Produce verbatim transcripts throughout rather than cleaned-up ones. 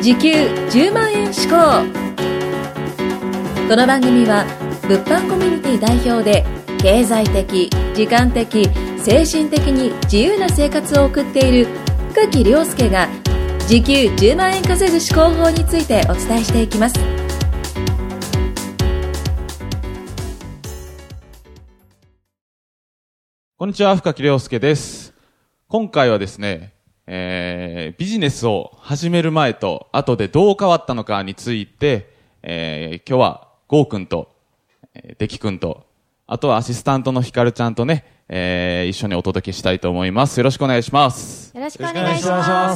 時給じゅうまんえん志向。この番組は物販コミュニティ代表で経済的、時間的、精神的に自由な生活を送っている深木亮介が時給じゅうまんえん稼ぐ思考法についてお伝えしていきます。 こんにちは、深木亮介です。今回はですね、えー、ビジネスを始める前と後でどう変わったのかについて、えー、今日はゴーくんと、えー、デキくんと、あとはアシスタントのヒカルちゃんとね、えー、一緒にお届けしたいと思います。よろしくお願いします。 よろしくお願いします。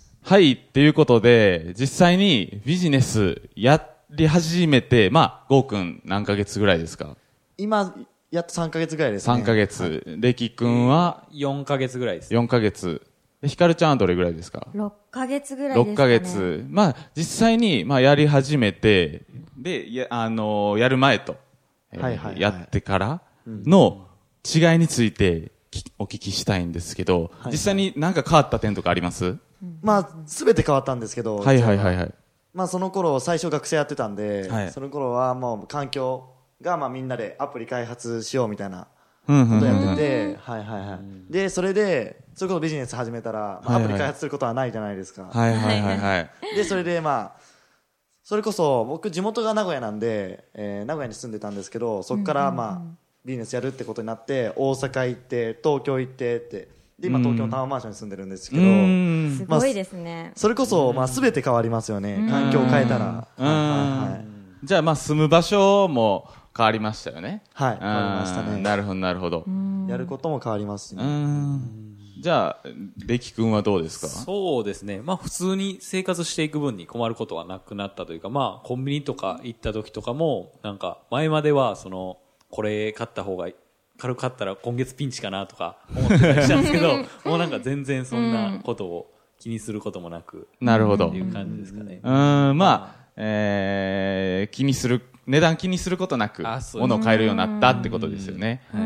はい、っていうことで、実際にビジネスやり始めて、まあ、ゴーくん何ヶ月ぐらいですか？ 今、やっとさんかげつぐらいですね。 さんかげつ。デキくんはよんかげつぐらいです。 よんかげつ。ヒカルちゃんはどれぐらいですか？ ろっかげつぐらいですかね。 ろっかげつ。まあ、実際に、まあ、やり始めて、で、や、あのー、やる前と、えーはいはいはいやってからの違いについてきお聞きしたいんですけど、はいはい、実際に何か変わった点とかあります？ まあ、すべて変わったんですけど、 はいはいはいはい。 まあ、その頃、最初学生やってたんで、 はい、 その頃はもう環境が、まあ、みんなでアプリ開発しようみたいなことやってて、はいはいはい。で、それで、それこそビジネス始めたら、まあ、アプリ開発することはないじゃないですか。 はいはいはいはい。 で、それでまあ、それこそ僕地元が名古屋なんで、えー、名古屋に住んでたんですけど、そこからまあ、ビジネスやるってことになって、大阪行って、東京行ってって、で、今東京のタワーマンションに住んでるんですけど、 すごいですね。 それこそ、まあ、全て変わりますよね。環境を変えたら。はいはいはい。 じゃあまあ、住む場所も変わりましたよね。 はい、変わりましたね。 なるほどなるほど。 やることも変わりますしね。 じゃあ、レキ君はどうですか？ そうですね。まあ普通に生活していく分に困ることはなくなったというか、まあコンビニとか行った時とかも、なんか前まではその、これ買った方が軽く買ったら今月ピンチかなとか思ってたりしたんですけど、もうなんか全然そんなことを気にすることもなく。 なるほど。 っていう感じですかね。 うん、うんまあ、えー、気にする、値段気にすることなく、物を買えるようになったってことですよね。うん、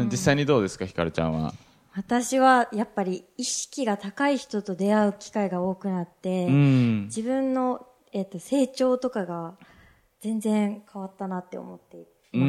実際にどうですか、ひかるちゃんは。 私はやっぱり意識が高い人と出会う機会が多くなって、うん、自分の、えーと、成長とかが全然変わったなって思っています。うん、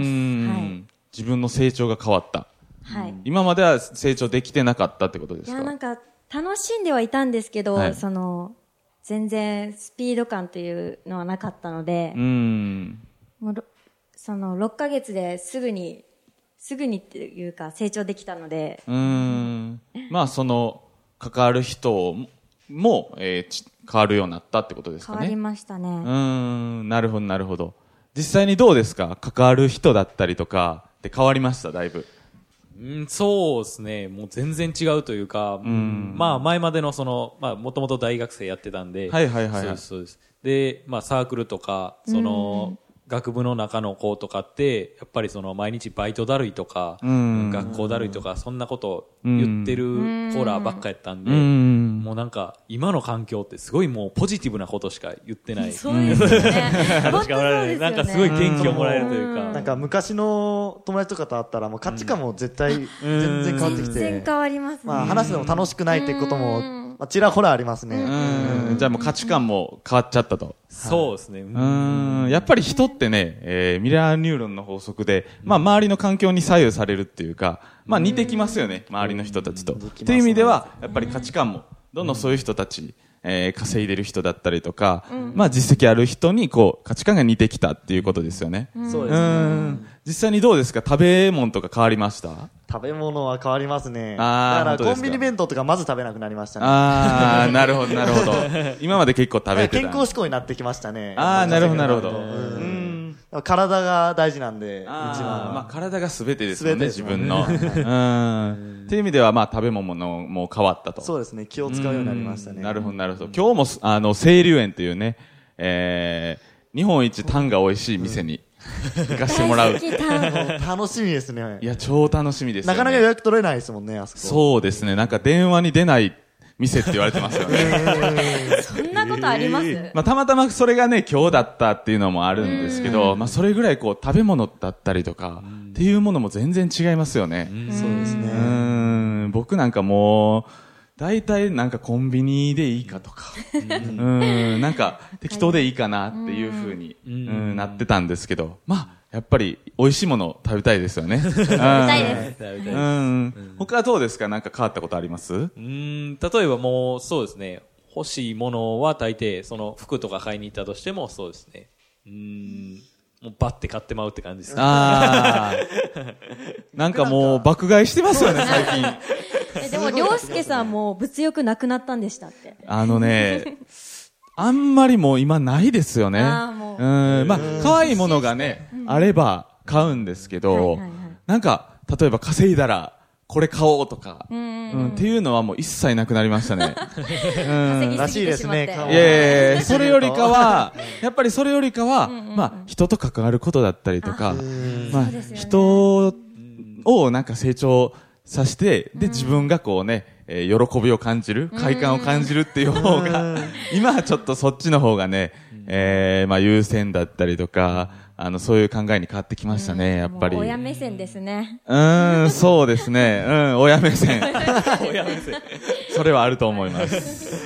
はい、自分の成長が変わった。 はい、 今までは成長できてなかったってことですか？ いや、なんか楽しんではいたんですけど、はい、その全然スピード感というのはなかったので、うんもうそのろっかげつですぐにすぐにっていうか成長できたので、 うーんまあその関わる人も、えー、変わるようになったってことですかね。 変わりましたね。うーんなるほどなるほど。実際にどうですか？関わる人だったりとかって変わりました？だいぶ。 うん、そうですね。もう全然違うというか、うん、まあ前までのその、まあもともと大学生やってたんで、 はいはいはい、はい、 そうです、そうです。で、まあサークルとか、その、学部の中の子とかって、やっぱりその毎日バイトだるいとか、学校だるいとか、そんなことを言ってるコーラばっかやったんで、もうなんか今の環境ってすごいもうポジティブなことしか言ってない。 そうですよね。 話がもらえる。なんかすごい元気をもらえるというか。 なんか昔の友達とかと会ったらもう価値観も絶対全然変わってきて。 全然変わりますね。 まあ話すのも楽しくないってことも、まあ、ちらほらありますね。 うんじゃあもう価値観も変わっちゃったと。 そうですね。 うんやっぱり人ってね、えー、ミラーニューロンの法則で、まあ周りの環境に左右されるっていうか、まあ似てきますよね、周りの人たちと。っていう意味では、やっぱり価値観も、どんどんそういう人たち、えー、稼いでる人だったりとか、まあ実績ある人にこう、価値観が似てきたっていうことですよね。 そうですね。 実際にどうですか？食べ物とか変わりました？ 食べ物は変わりますね。だからコンビニ弁当とかまず食べなくなりましたね。 ああ、なるほどなるほど。今まで結構食べてた。 健康志向になってきましたね。 ああ、なるほどなるほど。うん体が大事なんで、一番は。 まあ体が全てですもんね、自分の。うん。っていう意味ではまあ食べ物も変わったと。 そうですね、気を使うようになりましたね。 なるほどなるほど。今日もあの清流園というね、えー、日本一タンが美味しい店に。行かしてもらう。 楽しみですね。 いや、超楽しみですよね。 なかなか予約取れないですもんね、あそこ。 そうですね。なんか電話に出ない店って言われてますよね。 そんなことあります？ まあ、たまたまそれがね、今日だったっていうのもあるんですけど、まあ、それぐらいこう、食べ物だったりとか、っていうものも全然違いますよね。 そうですね。 うん。僕なんかもう、 大体なんかコンビニでいいかとか、うん、なんか適当でいいかなっていう風に、うん、なってたんですけど、まあ、やっぱり美味しいものを食べたいですよね。食べたいです。 うん。他はどうですか？なんか変わったことあります？うん、例えばもうそうですね、欲しいものは大抵、その服とか買いに行ったとしてもそうですね。うん、もうバッて買ってまうって感じですね。あなんかもう爆買いしてますよね、最近。 えでも、りょうすけさんも物欲なくなったんでしたって。 あのね、あんまりもう今ないですよね。あもううん、まあ、可愛いものがね、うん、あれば買うんですけど、はいはいはい、なんか、例えば稼いだら、これ買おうとか、うんうんうん、っていうのはもう一切なくなりましたね。 うん、らしいですね。 いやいや、それよりかは、やっぱりそれよりかは、うんうんうん、まあ、人と関わることだったりとか、まあ、ね、人をなんか成長させて、で、自分がこうね、えー、喜びを感じる、快感を感じるっていう方が、今はちょっとそっちの方がね、えー、まあ優先だったりとか、あの、そういう考えに変わってきましたね、やっぱり。 親目線ですね。 うーん、そうですね。うん、親目線。親目線。それはあると思います。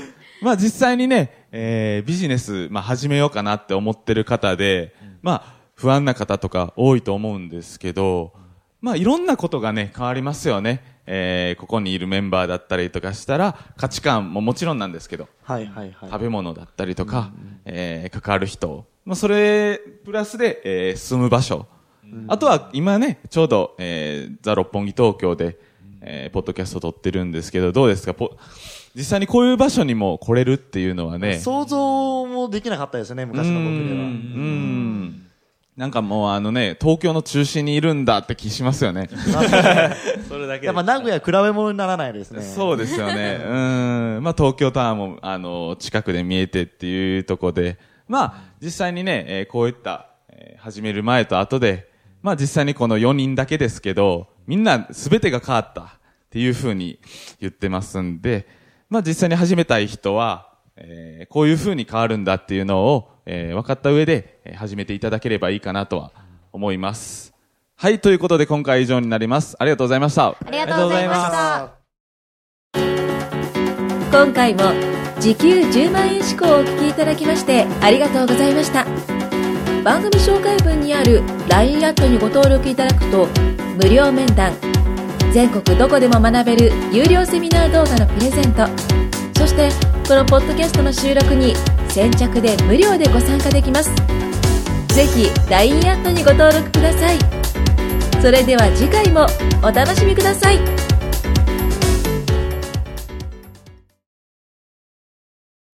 まあ実際にね、えー、ビジネス、まあ始めようかなって思ってる方で、まあ不安な方とか多いと思うんですけど、まあいろんなことがね、変わりますよね。えー、ここにいるメンバーだったりとかしたら、価値観ももちろんなんですけど、はいはいはい、食べ物だったりとか、うんうん、えー、関わる人、まあそれ、プラスで、えー、住む場所、うん、あとは今ね、ちょうど、えー、ザ・六本木東京で、えー、ポッドキャスト撮ってるんですけど、どうですか？ポ実際にこういう場所にも来れるっていうのはね、 想像もできなかったですね、昔の僕では。うん。 うんなんかもうあのね、東京の中心にいるんだって気しますよね。 それだけ。やっぱ名古屋比べ物にならないですね。 そうですよね。うん。まあ東京タワーもあの近くで見えてっていうところで、まあ実際にね、えー、こういった、えー、始める前と後で、まあ実際にこのよにんだけですけど、みんな全てが変わったっていう風に言ってますんで、まあ実際に始めたい人は、えー、こういう風に変わるんだっていうのを、えー、分かった上で、えー、始めていただければいいかなとは思います。はい、ということで今回は以上になります。ありがとうございました。 ありがとうございました。 今回も時給じゅうまんえん志向をお聞きいただきましてありがとうございました。番組紹介文にある ライン アットにご登録いただくと無料面談、全国どこでも学べる有料セミナー動画のプレゼント、そしてこのポッドキャストの収録に先着で無料でご参加できます。ぜひ ライン アットにご登録ください。それでは次回もお楽しみください。